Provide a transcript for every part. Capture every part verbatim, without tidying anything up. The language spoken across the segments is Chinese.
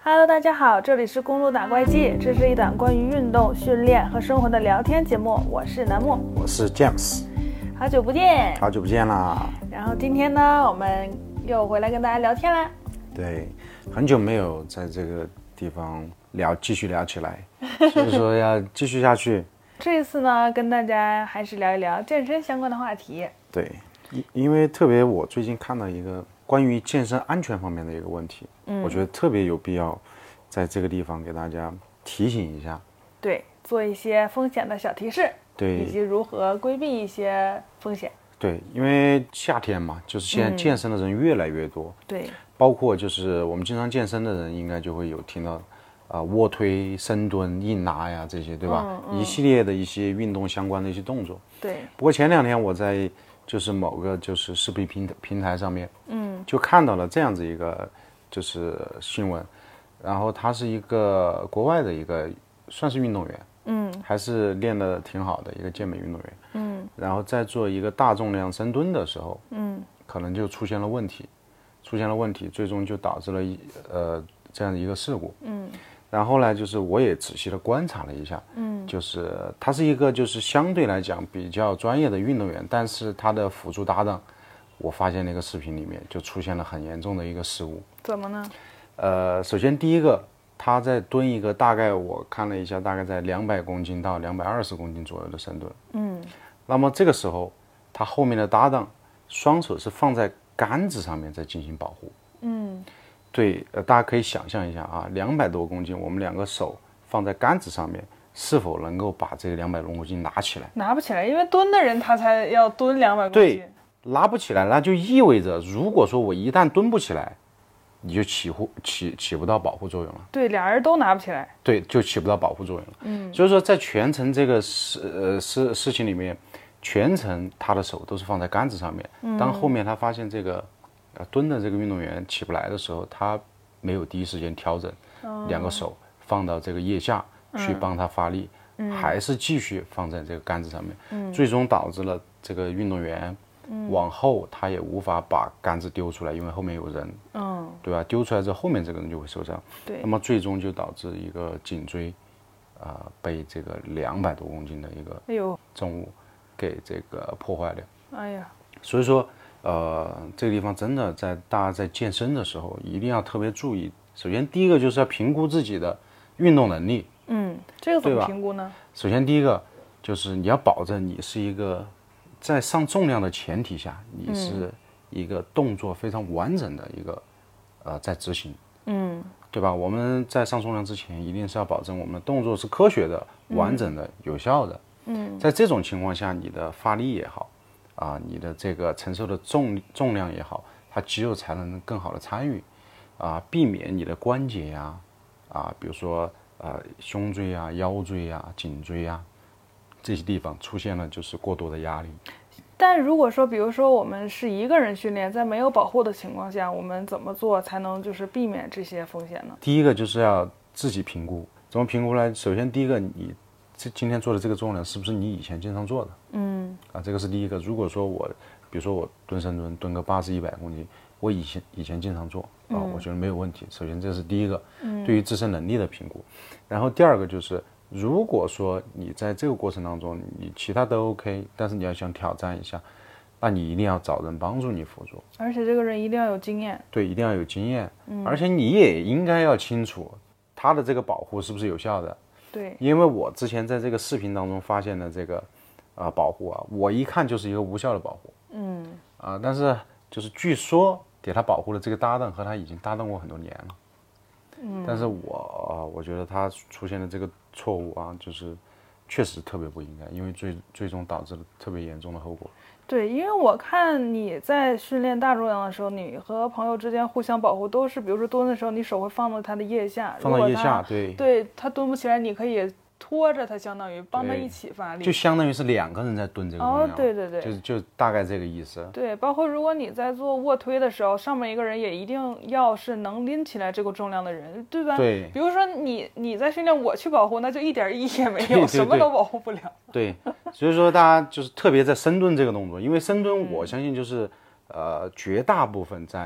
Hello， 大家好，这里是公路打怪记，这是一档关于运动、训练和生活的聊天节目。我是楠木， 我是 James， 好久不见， 好久不见啦。 然后今天呢，我们又回来跟大家聊天啦。 对，很久没有在这个地方聊，继续聊起来，所以说要继续下去。 这次呢，跟大家还是聊一聊健身相关的话题。 对，因为特别我最近看到一个关于健身安全方面的一个问题，嗯，我觉得特别有必要在这个地方给大家提醒一下。 对，做一些风险的小提示， 对， 以及如何规避一些风险。 对，因为夏天嘛，就是现在健身的人越来越多。 嗯、对， 包括就是我们经常健身的人，应该就会有听到。啊、呃，卧推、深蹲、硬拉呀，这些对吧、嗯嗯？一系列的一些运动相关的一些动作。 对。 不过前两天我在就是某个就是视频平平台上面，嗯，就看到了这样子一个就是新闻，然后他是一个国外的一个算是运动员，嗯，还是练得挺好的一个健美运动员，嗯，然后在做一个大重量深蹲的时候，嗯，可能就出现了问题，出现了问题，最终就导致了一呃这样的一个事故，嗯。然后呢，就是我也仔细的观察了一下，嗯，就是他是一个就是相对来讲比较专业的运动员，但是他的辅助搭档，我发现那个视频里面就出现了很严重的一个失误。 怎么呢？ 呃，首先第一个，他在蹲一个大概我看了一下，大概在两百公斤到两百二十公斤左右的深蹲，嗯，那么这个时候他后面的搭档双手是放在杆子上面在进行保护，嗯。对，呃，大家可以想象一下啊，两百多公斤，我们两个手放在杆子上面，是否能够把这个两百多公斤拿起来？ 拿不起来，因为蹲的人他才要蹲两百公斤。 对，拉不起来，那就意味着，如果说我一旦蹲不起来，你就起护起起不到保护作用了。 对，俩人都拿不起来。 对，就起不到保护作用了。嗯，所以说在全程这个事呃事事情里面，全程他的手都是放在杆子上面。嗯，当后面他发现这个。蹲的这个运动员起不来的时候，他没有第一时间调整，哦、两个手放到这个腋下去帮他发力，嗯、还是继续放在这个杆子上面，嗯、最终导致了这个运动员、嗯、往后他也无法把杆子丢出来，因为后面有人，嗯、对吧？丢出来之后，后面这个人就会受伤， 对， 那么最终就导致一个颈椎，啊、呃，被这个两百多公斤的一个重物给这个破坏了。 哎呀， 所以说。呃，这个地方真的在大家在健身的时候一定要特别注意。首先，第一个就是要评估自己的运动能力。 嗯，这个怎么评估呢？ 首先，第一个就是你要保证你是一个在上重量的前提下，你是一个动作非常完整的一个呃在执行。嗯，对吧？我们在上重量之前，一定是要保证我们的动作是科学的、完整的、嗯、有效的。嗯，在这种情况下，你的发力也好。啊，你的这个承受的重重量也好，它肌肉才能更好的参与，啊，避免你的关节呀，啊，比如说呃胸椎啊、腰椎啊、颈椎啊这些地方出现了就是过多的压力。 但如果说，比如说我们是一个人训练，在没有保护的情况下，我们怎么做才能就是避免这些风险呢？ 第一个就是要自己评估，怎么评估呢？首先第一个你。这今天做的这个重量是不是你以前经常做的？嗯，啊，这个是第一个。如果说我，比如说我蹲深蹲蹲个八十一百公斤，我以前以前经常做啊、嗯，我觉得没有问题。首先这是第一个，嗯，对于自身能力的评估。然后第二个就是，如果说你在这个过程当中你其他都 OK， 但是你要想挑战一下，那你一定要找人帮助你辅助， 而且这个人一定要有经验。 对，一定要有经验，嗯，而且你也应该要清楚他的这个保护是不是有效的。 对， 因为我之前在这个视频当中发现的这个，啊、呃、保护啊，我一看就是一个无效的保护，嗯，啊、呃，但是就是据说给他保护的这个搭档和他已经搭档过很多年了，嗯，但是我、呃、我觉得他出现的这个错误啊，就是确实特别不应该，因为最最终导致了特别严重的后果。 对，因为我看你在训练大重量的时候，你和朋友之间互相保护，都是比如说蹲的时候，你手会放到他的腋下， 放到腋下，对， 对他蹲不起来，你可以拖着他，相当于帮他一起发力， 就相当于是两个人在蹲这个重量。 哦，对对对， 就就大概这个意思。 对，包括如果你在做卧推的时候，上面一个人也一定要是能拎起来这个重量的人，对吧？ 对。 比如说你你在训练，我去保护，那就一点意义也没有， 对对对， 什么都保护不了。 对，所以说大家就是特别在深蹲这个动作，因为深蹲我相信就是、嗯、呃绝大部分在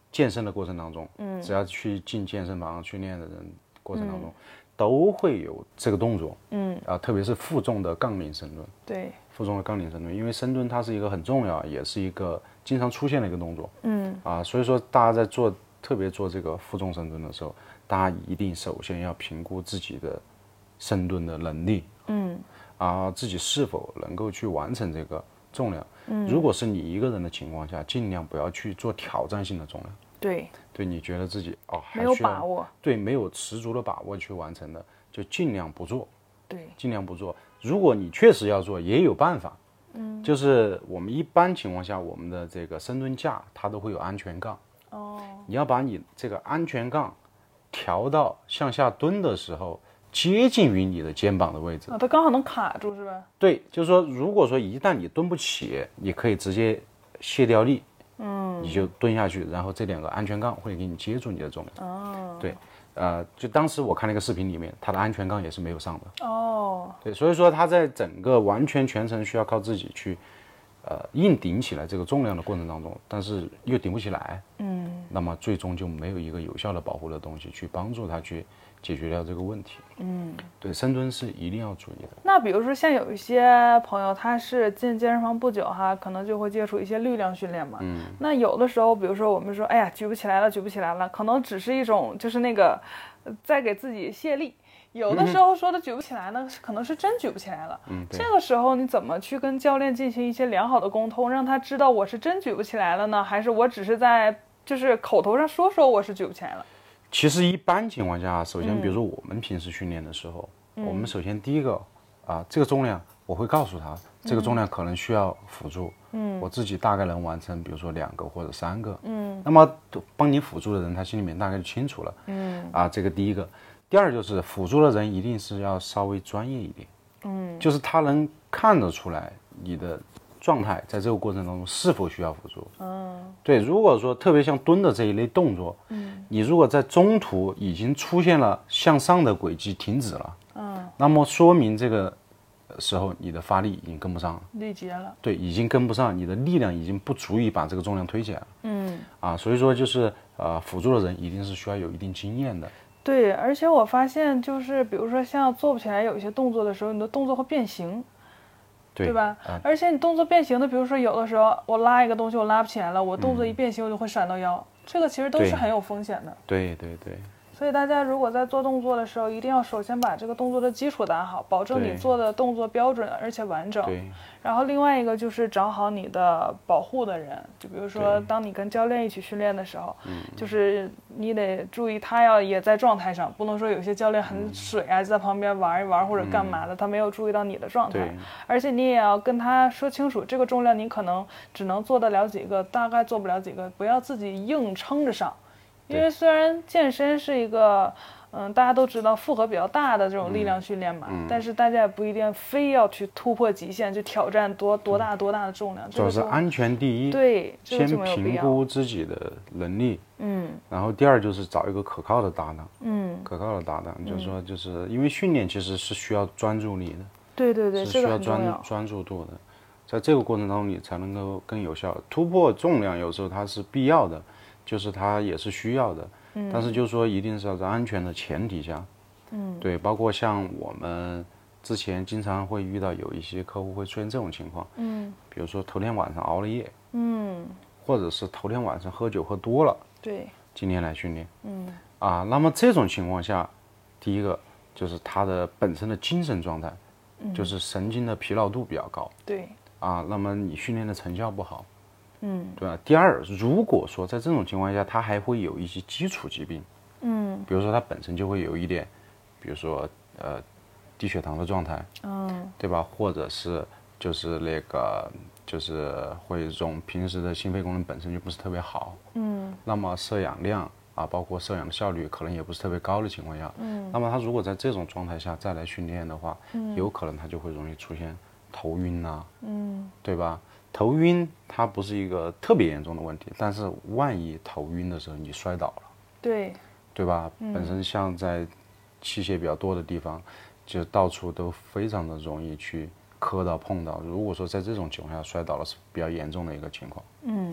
健身的过程当中，嗯，只要去进健身房训练的人过程当中，嗯、都会有这个动作，嗯，啊，特别是负重的杠铃深蹲， 对， 负重的杠铃深蹲，因为深蹲它是一个很重要，也是一个经常出现的一个动作，嗯，啊，所以说大家在做特别做这个负重深蹲的时候，大家一定首先要评估自己的深蹲的能力，嗯，啊，自己是否能够去完成这个重量。嗯，如果是你一个人的情况下，尽量不要去做挑战性的重量。 对， 对，你觉得自己哦没有把握， 对，没有十足的把握去完成的，就尽量不做。 对， 尽量不做。如果你确实要做，也有办法。嗯，就是我们一般情况下，我们的这个深蹲架它都会有安全杠。哦，你要把你这个安全杠调到向下蹲的时候，接近于你的肩膀的位置。 啊，它刚好能卡住是吧？ 对，就是说，如果说一旦你蹲不起，你可以直接卸掉力，嗯，你就蹲下去，然后这两个安全杠会给你接住你的重量。哦，对，呃，就当时我看那个视频里面，它的安全杠也是没有上的。哦，对，所以说它在整个完全全程需要靠自己去，呃，硬顶起来这个重量的过程当中，但是又顶不起来，嗯，那么最终就没有一个有效的保护的东西去帮助它去解决掉这个问题。嗯，对，深蹲是一定要注意的。 那比如说像有一些朋友，他是进健身房不久哈，可能就会接触一些力量训练嘛。嗯，那有的时候，比如说我们说，哎呀，举不起来了，举不起来了，可能只是一种就是那个，在给自己泄力。有的时候说的举不起来呢，可能是真举不起来了。嗯，这个时候你怎么去跟教练进行一些良好的沟通，让他知道我是真举不起来了呢，还是我只是在就是口头上说说我是举不起来了？ 其实一般情况下，首先比如说我们平时训练的时候，嗯、我们首先第一个啊，这个重量我会告诉他，这个重量可能需要辅助，嗯，我自己大概能完成，比如说两个或者三个，嗯，那么帮你辅助的人他心里面大概就清楚了，嗯，啊，这个第一个。第二就是辅助的人一定是要稍微专业一点，嗯，就是他能看得出来你的状态在这个过程当中是否需要辅助，嗯，对，如果说特别像蹲的这一类动作，嗯，你如果在中途已经出现了向上的轨迹停止了，嗯，那么说明这个时候你的发力已经跟不上了， 力竭了， 对，已经跟不上，你的力量已经不足以把这个重量推起来了，嗯，啊，所以说就是呃辅助的人一定是需要有一定经验的。 对，而且我发现就是，比如说像做不起来有一些动作的时候，你的动作会变形，对，对吧？嗯、而且你动作变形的，比如说有的时候我拉一个东西我拉不起来了，我动作一变形我就会闪到腰，嗯、这个其实都是很有风险的。 对对对。 所以大家如果在做动作的时候，一定要首先把这个动作的基础打好，保证你做的动作标准而且完整。 对。 然后另外一个就是找好你的保护的人，就比如说当你跟教练一起训练的时候，嗯，就是你得注意他要也在状态上，不能说有些教练很水啊，就在旁边玩一玩或者干嘛的，嗯、他没有注意到你的状态。而且你也要跟他说清楚，这个重量你可能只能做得了几个，大概做不了几个，不要自己硬撑着上。因为虽然健身是一个，嗯，大家都知道负荷比较大的这种力量训练嘛，嗯嗯、但是大家也不一定非要去突破极限，去挑战多多大多大的重量。 主要是安全第一， 对， 先评估自己的能力，嗯，然后第二就是找一个可靠的搭档，嗯，可靠的搭档，就是说，就是因为训练其实是需要专注力的， 对对对， 是需要专专注度的，在这个过程当中你才能够更有效突破重量，有时候它是必要的。就是它也是需要的，嗯，但是就是说一定是要在安全的前提下，嗯，对，包括像我们之前经常会遇到有一些客户会出现这种情况，嗯，比如说头天晚上熬了夜，嗯，或者是头天晚上喝酒喝多了， 对， 今天来训练，嗯，啊，那么这种情况下，第一个就是他的本身的精神状态，嗯，就是神经的疲劳度比较高， 对， 啊，那么你训练的成效不好。嗯，对吧？第二，如果说在这种情况下，他还会有一些基础疾病，嗯，比如说他本身就会有一点，比如说呃低血糖的状态，嗯，对吧？或者是就是那个就是会这种平时的心肺功能本身就不是特别好，嗯，那么摄氧量啊，包括摄氧的效率可能也不是特别高的情况下，嗯，那么他如果在这种状态下再来训练的话，嗯，有可能他就会容易出现头晕呐，嗯，对吧？头晕它不是一个特别严重的问题，但是万一头晕的时候你摔倒了， 对， 对吧？嗯、本身像在器械比较多的地方，就到处都非常的容易去磕到碰到。如果说在这种情况下摔倒了，是比较严重的一个情况。 嗯，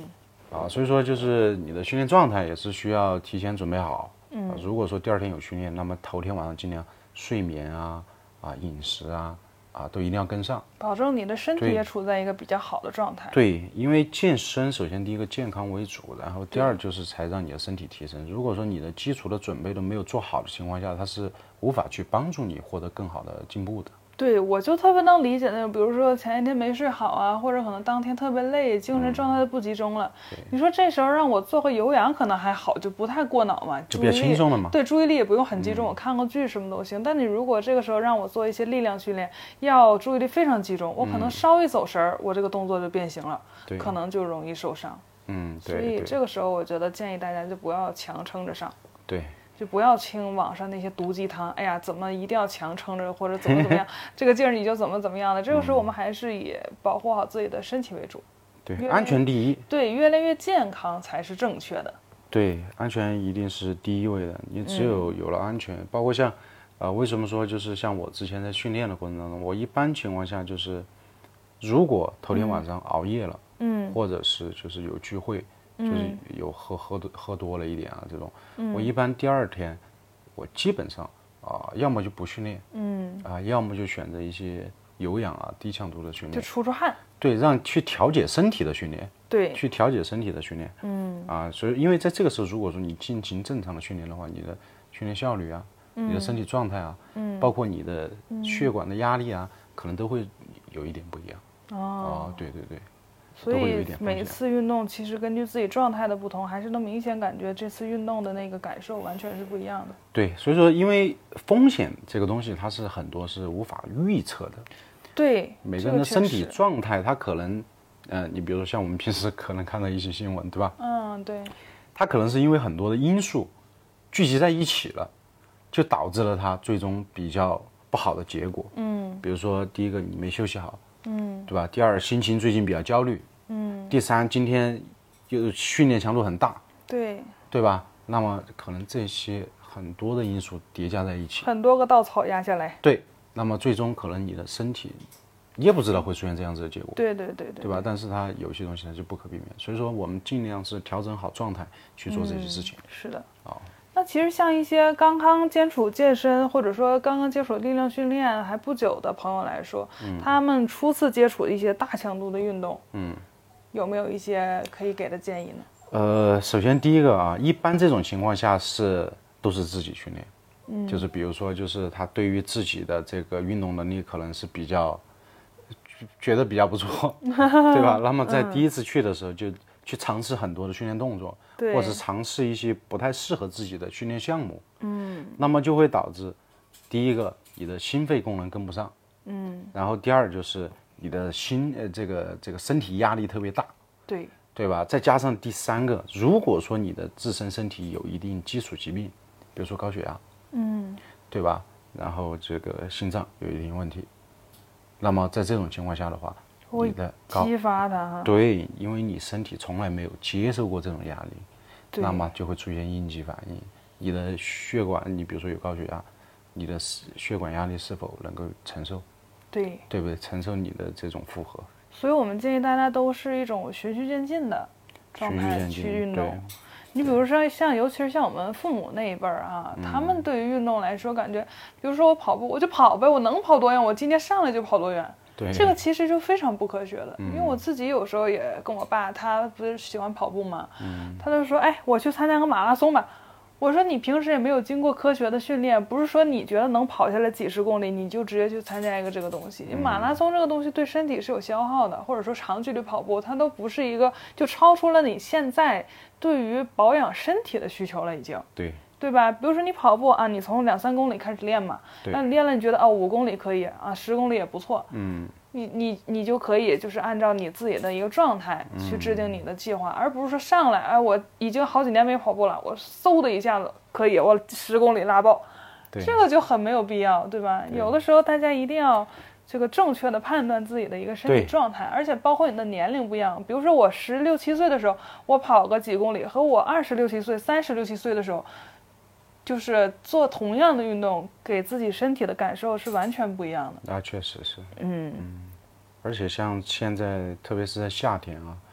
啊，所以说就是你的训练状态也是需要提前准备好。嗯、啊，如果说第二天有训练，那么头天晚上尽量睡眠啊、啊饮食啊、啊都一定要跟上， 保证你的身体也处在一个比较好的状态。 对，因为健身首先第一个健康为主，然后第二就是才让你的身体提升。如果说你的基础的准备都没有做好的情况下，它是无法去帮助你获得更好的进步的。 对，我就特别能理解那种，比如说前一天没睡好啊，或者可能当天特别累，精神状态不集中了。嗯、你说这时候让我做个有氧可能还好，就不太过脑嘛， 就比较轻松了嘛。 对，注意力也不用很集中，嗯、我看个剧什么都行。但你如果这个时候让我做一些力量训练，要注意力非常集中，我可能稍一走神儿，嗯、我这个动作就变形了，可能就容易受伤。 嗯，对。 所以这个时候我觉得建议大家就不要强撑着上。 对。 就不要听网上那些毒鸡汤，哎呀，怎么一定要强撑着，或者怎么怎么样，这个劲儿你就怎么怎么样的。这个时候我们还是以保护好自己的身体为主， 对，安全第一。 对，越来越健康才是正确的。 对，安全一定是第一位的。你只有有了安全，嗯、包括像，呃，为什么说就是像我之前在训练的过程当中，我一般情况下就是，如果头天晚上熬夜了，嗯，或者是就是有聚会。就是有喝喝多喝多了一点啊，这种，嗯、我一般第二天，我基本上啊、呃，要么就不训练，嗯，啊、呃，要么就选择一些有氧啊、低强度的训练， 就出出汗， 对，让去调节身体的训练， 对， 去调节身体的训练，嗯，啊，所以因为在这个时候，如果说你进行正常的训练的话，你的训练效率啊，嗯、你的身体状态啊，嗯，包括你的血管的压力啊，嗯、可能都会有一点不一样，哦，哦对对对。 所以每一次运动，其实根据自己状态的不同，还是能明显感觉这次运动的那个感受完全是不一样的。 对，所以说因为风险这个东西，它是很多是无法预测的。 对， 每个人的身体状态，它可能，呃，你比如说像我们平时可能看到一些新闻，对吧？ 嗯，对。 它可能是因为很多的因素聚集在一起了，就导致了它最终比较不好的结果。嗯，比如说第一个你没休息好。嗯，对吧？第二，心情最近比较焦虑。嗯。第三，今天又训练强度很大。 对。 对吧？那么可能这些很多的因素叠加在一起， 很多个稻草压下来。 对。那么最终可能你的身体，你也不知道会出现这样子的结果。 对对对对。 对吧？但是它有些东西它就不可避免，所以说我们尽量是调整好状态去做这些事情。 嗯、是的。 哦。 那其实像一些刚刚接触健身，或者说刚刚接触力量训练还不久的朋友来说，嗯、他们初次接触一些大强度的运动，嗯，有没有一些可以给的建议呢？ 呃，首先第一个啊，一般这种情况下是都是自己训练，嗯，就是比如说就是他对于自己的这个运动能力可能是比较觉得比较不错，对吧？那么在第一次去的时候就去尝试很多的训练动作。或者尝试一些不太适合自己的训练项目，嗯，那么就会导致，第一个你的心肺功能跟不上，嗯，然后第二就是你的心呃这个这个身体压力特别大， 对， 对吧？再加上第三个，如果说你的自身身体有一定基础疾病，比如说高血压，嗯，对吧？然后这个心脏有一定问题，那么在这种情况下的话。 你的激发它哈， 对，因为你身体从来没有接受过这种压力，那么就会出现应激反应。你的血管，你比如说有高血压，你的血管压力是否能够承受？ 对， 对不对？承受你的这种负荷。 所以我们建议大家都是一种循序渐进的状态去运动。你比如说像，尤其是像我们父母那一辈儿啊，嗯、他们对于运动来说，感觉，比如说我跑步，我就跑呗，我能跑多远，我今天上来就跑多远。 对， 这个其实就非常不科学的，嗯、因为我自己有时候也跟我爸，他不是喜欢跑步嘛，嗯、他就说，哎，我去参加个马拉松吧。我说你平时也没有经过科学的训练，不是说你觉得能跑下来几十公里，你就直接去参加一个这个东西。嗯、马拉松这个东西对身体是有消耗的，或者说长距离跑步，它都不是一个就超出了你现在对于保养身体的需求了，已经。 对。 对吧？比如说你跑步啊，你从两三公里开始练嘛，那你练了你觉得哦五公里可以啊，十公里也不错，嗯，你你你就可以就是按照你自己的一个状态去制定你的计划，嗯、而不是说上来哎我已经好几年没跑步了，我嗖的一下子可以我十公里拉爆，这个就很没有必要，对吧？对有的时候大家一定要这个正确的判断自己的一个身体状态，而且包括你的年龄不一样，比如说我十六七岁的时候我跑个几公里，和我二十六七岁、三十六七岁的时候。就是做同样的运动，给自己身体的感受是完全不一样的。 那确实是，嗯嗯，而且像现在，特别是在夏天啊，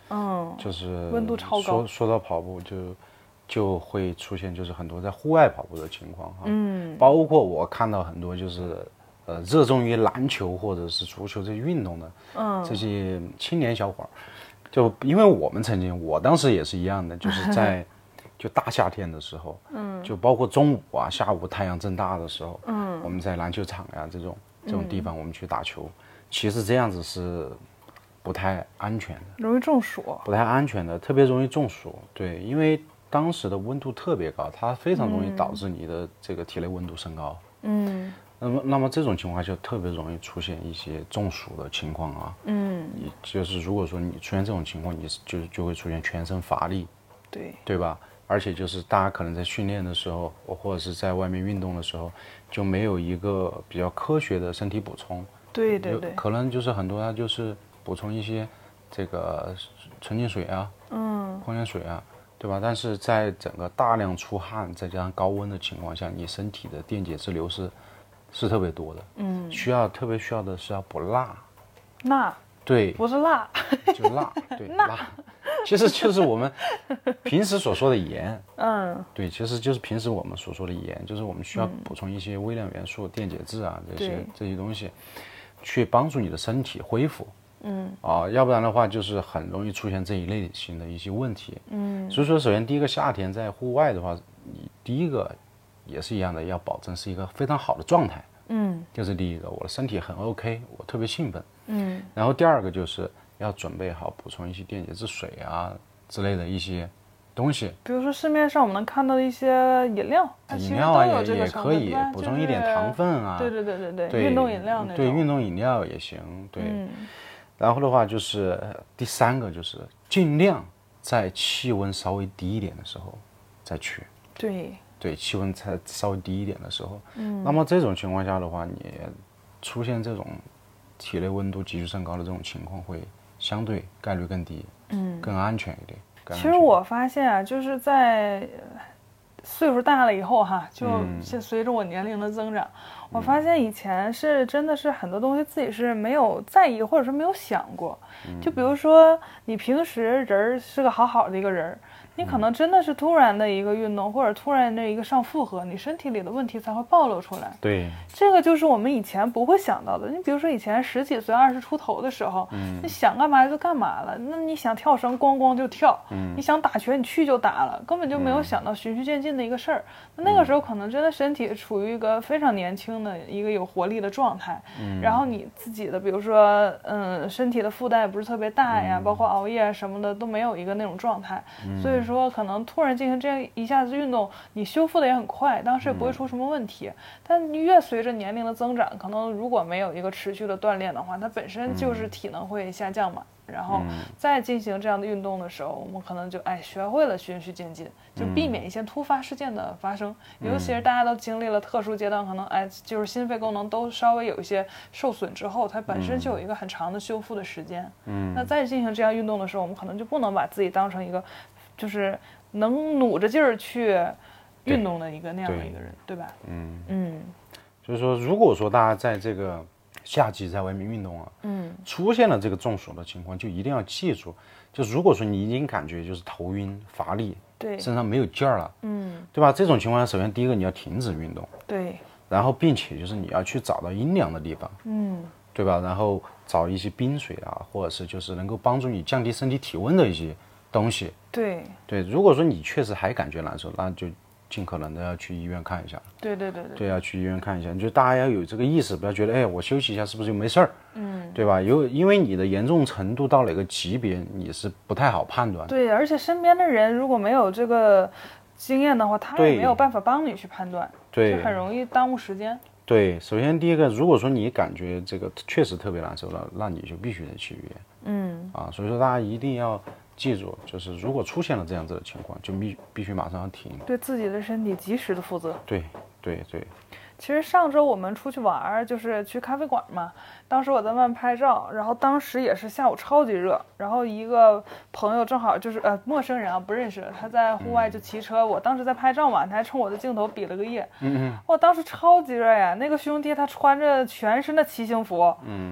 嗯， 就是温度超高。 说说到跑步就就会出现就是很多在户外跑步的情况哈， 嗯， 包括我看到很多就是呃热衷于篮球或者是足球这些运动的， 嗯， 这些青年小伙儿，就因为我们曾经，我当时也是一样的，就是在就大夏天的时候，嗯，就包括中午啊、下午太阳正大的时候，嗯，我们在篮球场呀、这种这种地方我们去打球，其实这样子是不太安全的， 容易中暑， 不太安全的，特别容易中暑。对，因为当时的温度特别高，它非常容易导致你的这个体内温度升高。嗯，那么那么这种情况就特别容易出现一些中暑的情况啊。嗯，你就是如果说你出现这种情况，你就就会出现全身乏力， 对对吧？而且就是大家可能在训练的时候，或者是在外面运动的时候，就没有一个比较科学的身体补充。 对对对， 可能就是很多他就是补充一些这个纯净水啊，嗯，矿泉水啊，对吧？但是在整个大量出汗再加上高温的情况下，你身体的电解质流失是特别多的，嗯，需要特别需要的是要补钠， 钠， 对， 不是辣， 就钠，对，钠，其实就是我们平时所说的盐，嗯，对，其实就是平时我们所说的盐，就是我们需要补充一些微量元素、电解质啊这些这些东西，去帮助你的身体恢复。嗯啊，要不然的话就是很容易出现这一类型的一些问题。嗯，所以说，首先第一个夏天在户外的话，你第一个也是一样的，要保证是一个非常好的状态。嗯，这是第一个，我的身体很 OK， 我特别兴奋。嗯，然后第二个就是要准备好补充一些电解质水啊之类的一些东西， 比如说市面上我们能看到的一些饮料， 饮料啊也也可以补充一点糖分啊。 对对对对对，运动饮料那种。 对，运动饮料也行。对。然后的话就是第三个就是尽量在气温稍微低一点的时候再去。 对对，气温才稍微低一点的时候，嗯，那么这种情况下的话，你出现这种体内温度急剧升高的这种情况会相对概率更低，嗯，更安全一点。 其实我发现啊，就是在岁数大了以后哈，就随着我年龄的增长，嗯，我发现以前是真的是很多东西自己是没有在意，或者是没有想过。嗯，就比如说你平时人是个好好的一个人，你可能真的是突然的一个运动，或者突然的一个上负荷，你身体里的问题才会暴露出来。 对， 这个就是我们以前不会想到的。你比如说以前十几岁、二十出头的时候，嗯，你想干嘛就干嘛了。那你想跳绳，咣咣就跳；嗯，你想打拳，你去就打了，根本就没有想到循序渐进的一个事儿。那那个时候可能真的身体处于一个非常年轻的一个有活力的状态，嗯，然后你自己的比如说，嗯，身体的负担也不是特别大呀，嗯，包括熬夜什么的都没有一个那种状态，嗯，所以说可能突然进行这样一下子运动，你修复的也很快，当时也不会出什么问题。嗯，但你越随着年龄的增长，可能如果没有一个持续的锻炼的话，它本身就是体能会下降嘛。然后再进行这样的运动的时候，我们可能就哎学会了循序渐进，就避免一些突发事件的发生。嗯，尤其是大家都经历了特殊阶段，可能哎就是心肺功能都稍微有一些受损之后，它本身就有一个很长的修复的时间。嗯，那再进行这样运动的时候，我们可能就不能把自己当成一个就是能努着劲儿去运动的一个那样的一个人， 对, 对吧？嗯嗯， 就是说，如果说大家在这个夏季在外面运动啊，嗯，出现了这个中暑的情况，就一定要记住，就如果说你已经感觉就是头晕、乏力， 对， 身上没有劲儿了，嗯，对吧？这种情况下，首先第一个你要停止运动， 对， 然后并且就是你要去找到阴凉的地方，嗯，对吧？然后找一些冰水啊，或者是就是能够帮助你降低身体体温的一些东西， 对对。如果说你确实还感觉难受，那就尽可能的要去医院看一下。 对对对对， 对，要去医院看一下。就大家要有这个意识，不要觉得哎，我休息一下是不是就没事儿？嗯，对吧？有，因为你的严重程度到哪个级别，你是不太好判断。 对，而且身边的人如果没有这个经验的话，他也没有办法帮你去判断， 对， 就很容易耽误时间。 对，首先第一个，如果说你感觉这个确实特别难受了，那你就必须得去医院。嗯，啊，所以说大家一定要记住，就是如果出现了这样子的情况，就必必须马上要停， 对自己的身体及时的负责。 对对对。 其实上周我们出去玩，就是去咖啡馆嘛，当时我在外面拍照，然后当时也是下午超级热，然后一个朋友正好就是呃陌生人啊，不认识，他在户外就骑车，嗯，我当时在拍照嘛，他还冲我的镜头比了个耶，嗯嗯，我当时超级热呀，那个兄弟他穿着全身的骑行服，嗯，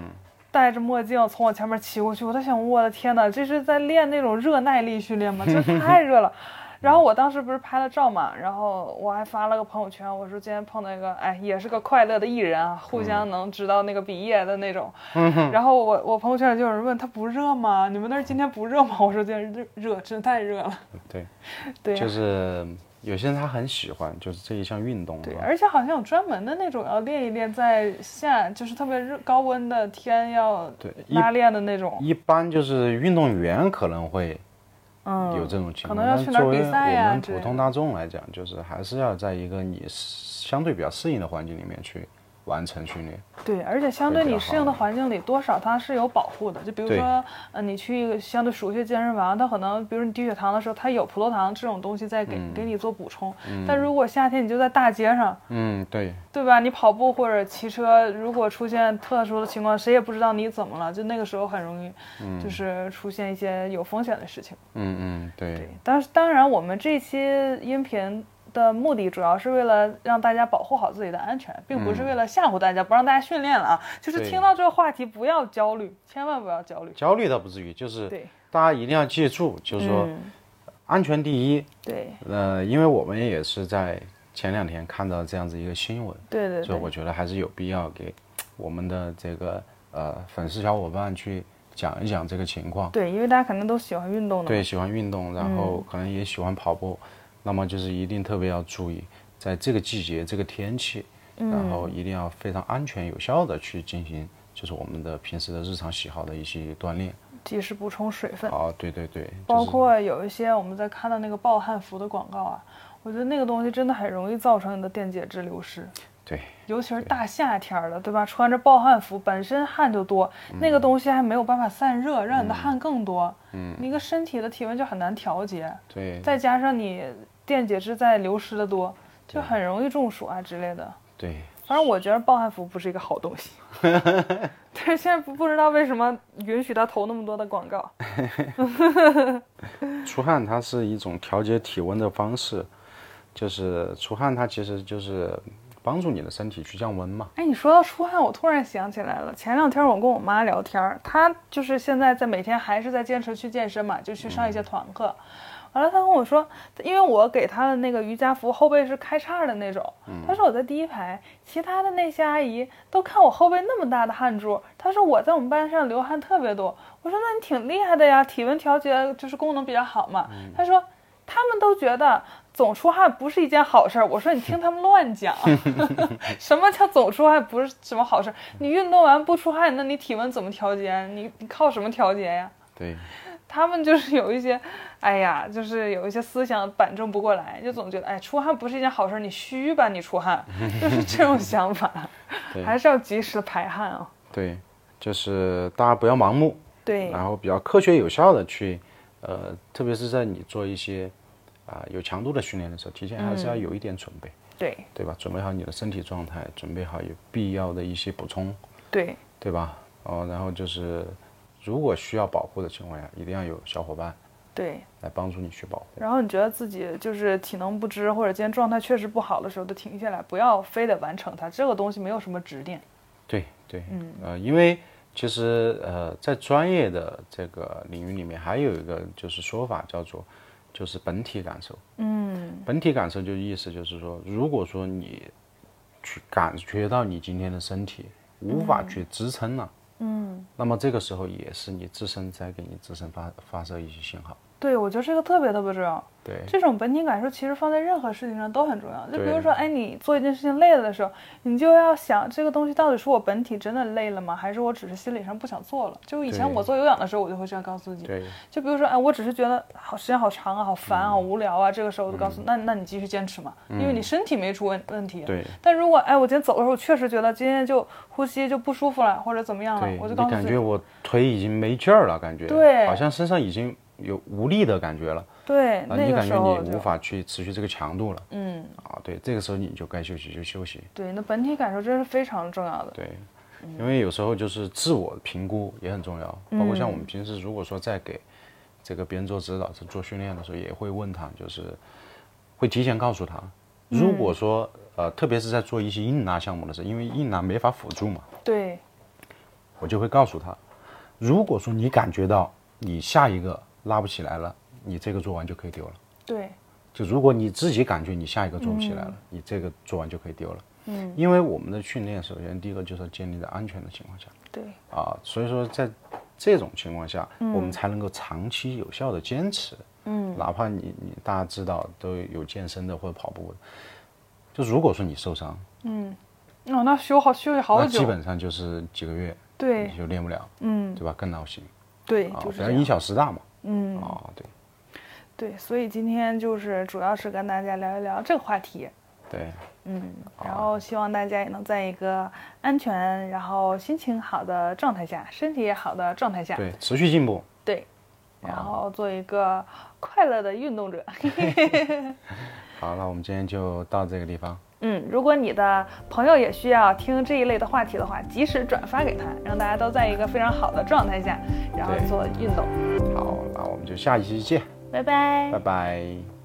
戴着墨镜从我前面骑过去，我在想，我的天哪，这是在练那种热耐力训练吗？这太热了。然后我当时不是拍了照嘛，然后我还发了个朋友圈，我说今天碰到一个，哎，也是个快乐的艺人啊，互相能知道那个毕业的那种。嗯、然后我我朋友圈里就有人问他不热吗？你们那儿今天不热吗？我说今天热热，真太热了。 对， 对、啊， 就是有些人他很喜欢，就是这一项运动。 对，而且好像有专门的那种要练一练，在夏就是特别热高温的天要拉练的那种。 一般就是运动员可能会。嗯，有这种情况， 可能要去哪比赛呀？ 我们普通大众来讲，就是还是要在一个你相对比较适应的环境里面去完成训练。 对，而且相对你适应的环境里，多少它是有保护的。就比如说，呃，你去一个相对熟悉的健身房，它可能，比如你低血糖的时候，它有葡萄糖这种东西在给、嗯、给你做补充。嗯、但如果夏天你就在大街上， 嗯，对， 对吧？你跑步或者骑车，如果出现特殊的情况，谁也不知道你怎么了，就那个时候很容易，就是出现一些有风险的事情。 嗯嗯，对。 对，但是当然，我们这期音频的目的主要是为了让大家保护好自己的安全，并不是为了吓唬大家、嗯、不让大家训练了啊。就是听到这个话题不要焦虑，千万不要焦虑。 焦虑倒不至于，就是大家一定要记住，就是说、嗯、安全第一。 对。 呃，因为我们也是在前两天看到这样子一个新闻， 对对对， 所以我觉得还是有必要给我们的这个呃粉丝小伙伴去讲一讲这个情况。 对，因为大家肯定都喜欢运动的。 对，喜欢运动，然后可能也喜欢跑步。嗯，那么就是一定特别要注意，在这个季节、这个天气，然后一定要非常安全有效的去进行，就是我们的平时的日常喜好的一些锻炼， 及时补充水分。 哦，对对对， 包括有一些我们在看到那个暴汗服的广告啊，我觉得那个东西真的很容易造成你的电解质流失。 对， 尤其是大夏天的，对吧？穿着暴汗服，本身汗就多，嗯、那个东西还没有办法散热，让你的汗更多。嗯，你一个身体的体温就很难调节。 对， 再加上你电解质在流失的多，就很容易中暑啊之类的。 对， 反正我觉得暴汗服不是一个好东西。但是现在不不知道为什么允许他投那么多的广告。 出汗它是一种调节体温的方式，就是出汗它其实就是帮助你的身体去降温嘛。 哎，你说到出汗，我突然想起来了。前两天我跟我妈聊天，她就是现在在每天还是在坚持去健身嘛，就去上一些团课。嗯，完了，她跟我说，因为我给她的那个瑜伽服后背是开叉的那种，她说我在第一排，其他的那些阿姨都看我后背那么大的汗珠，她说我在我们班上流汗特别多。我说那你挺厉害的呀，体温调节就是功能比较好嘛。嗯，她说他们都觉得总出汗不是一件好事。我说你听他们乱讲。什么叫总出汗不是什么好事？你运动完不出汗，那你体温怎么调节？你你靠什么调节呀？ 对， 他们就是有一些，哎呀，就是有一些思想板正不过来，就总觉得哎出汗不是一件好事，你虚吧你出汗，就是这种想法。还是要及时排汗啊。 对，就是大家不要盲目。 对， 然后比较科学有效的去，呃，特别是在你做一些啊、呃、有强度的训练的时候，提前还是要有一点准备。嗯， 对， 对吧？准备好你的身体状态，准备好有必要的一些补充。 对， 对吧？哦，然后就是如果需要保护的情况下，一定要有小伙伴。 对， 来帮助你去保护。 然后你觉得自己就是体能不支，或者今天状态确实不好的时候，就停下来，不要非得完成它。这个东西没有什么执念。 对对，嗯，呃，因为其实呃，在专业的这个领域里面，还有一个就是说法叫做，就是本体感受。嗯，本体感受就意思就是说，如果说你去感觉到你今天的身体无法去支撑了，嗯，那么这个时候也是你自身在给你自身发发射一些信号。 对，我觉得这个特别特别重要。 对， 这种本体感受其实放在任何事情上都很重要。就比如说，哎，你做一件事情累了的时候，你就要想这个东西到底是我本体真的累了吗？还是我只是心理上不想做了？就以前我做有氧的时候，我就会这样告诉自己。 对。 就比如说，哎，我只是觉得好时间好长啊，好烦啊，好无聊啊，这个时候我就告诉，嗯、那那你继续坚持嘛，因为你身体没出问问题。 对。 但如果哎，我今天走的时候，我确实觉得今天就呼吸就不舒服了，或者怎么样了，我就告诉自己， 你感觉我腿已经没劲儿了，感觉对， 好像身上已经有无力的感觉了。 对， 啊，你感觉你无法去持续这个强度了，嗯，啊，对，这个时候你就该休息就休息。 对，那本体感受这是非常重要的。 对，因为有时候就是自我评估也很重要，嗯、包括像我们平时如果说在给这个别人做指导、做训练的时候，也会问他，就是会提前告诉他，如果说、嗯、呃，特别是在做一些硬拉项目的时候，因为硬拉没法辅助嘛， 对， 我就会告诉他，如果说你感觉到你下一个拉不起来了，你这个做完就可以丢了。 对， 就如果你自己感觉你下一个做不起来了，嗯、你这个做完就可以丢了。嗯，因为我们的训练，首先第一个就是建立在安全的情况下。 对。 啊，所以说在这种情况下，嗯、我们才能够长期有效的坚持。嗯，哪怕你你大家知道都有健身的或者跑步的，就如果说你受伤， 嗯，哦，那休好休息好久， 那基本上就是几个月， 对， 你就练不了， 嗯， 对吧？更闹心。 对， 啊、 就是反正因小失大嘛。 嗯， 啊，对。 对，所以今天就是主要是跟大家聊一聊这个话题。 对， 嗯，然后希望大家也能在一个安全，然后心情好的状态下，身体也好的状态下， 对，持续进步。 对，然后做一个快乐的运动者。 好，那我们今天就到这个地方。 嗯，如果你的朋友也需要听这一类的话题的话，及时转发给他，让大家都在一个非常好的状态下，然后做运动。 好，那我们就下一期见。 拜拜， 拜拜。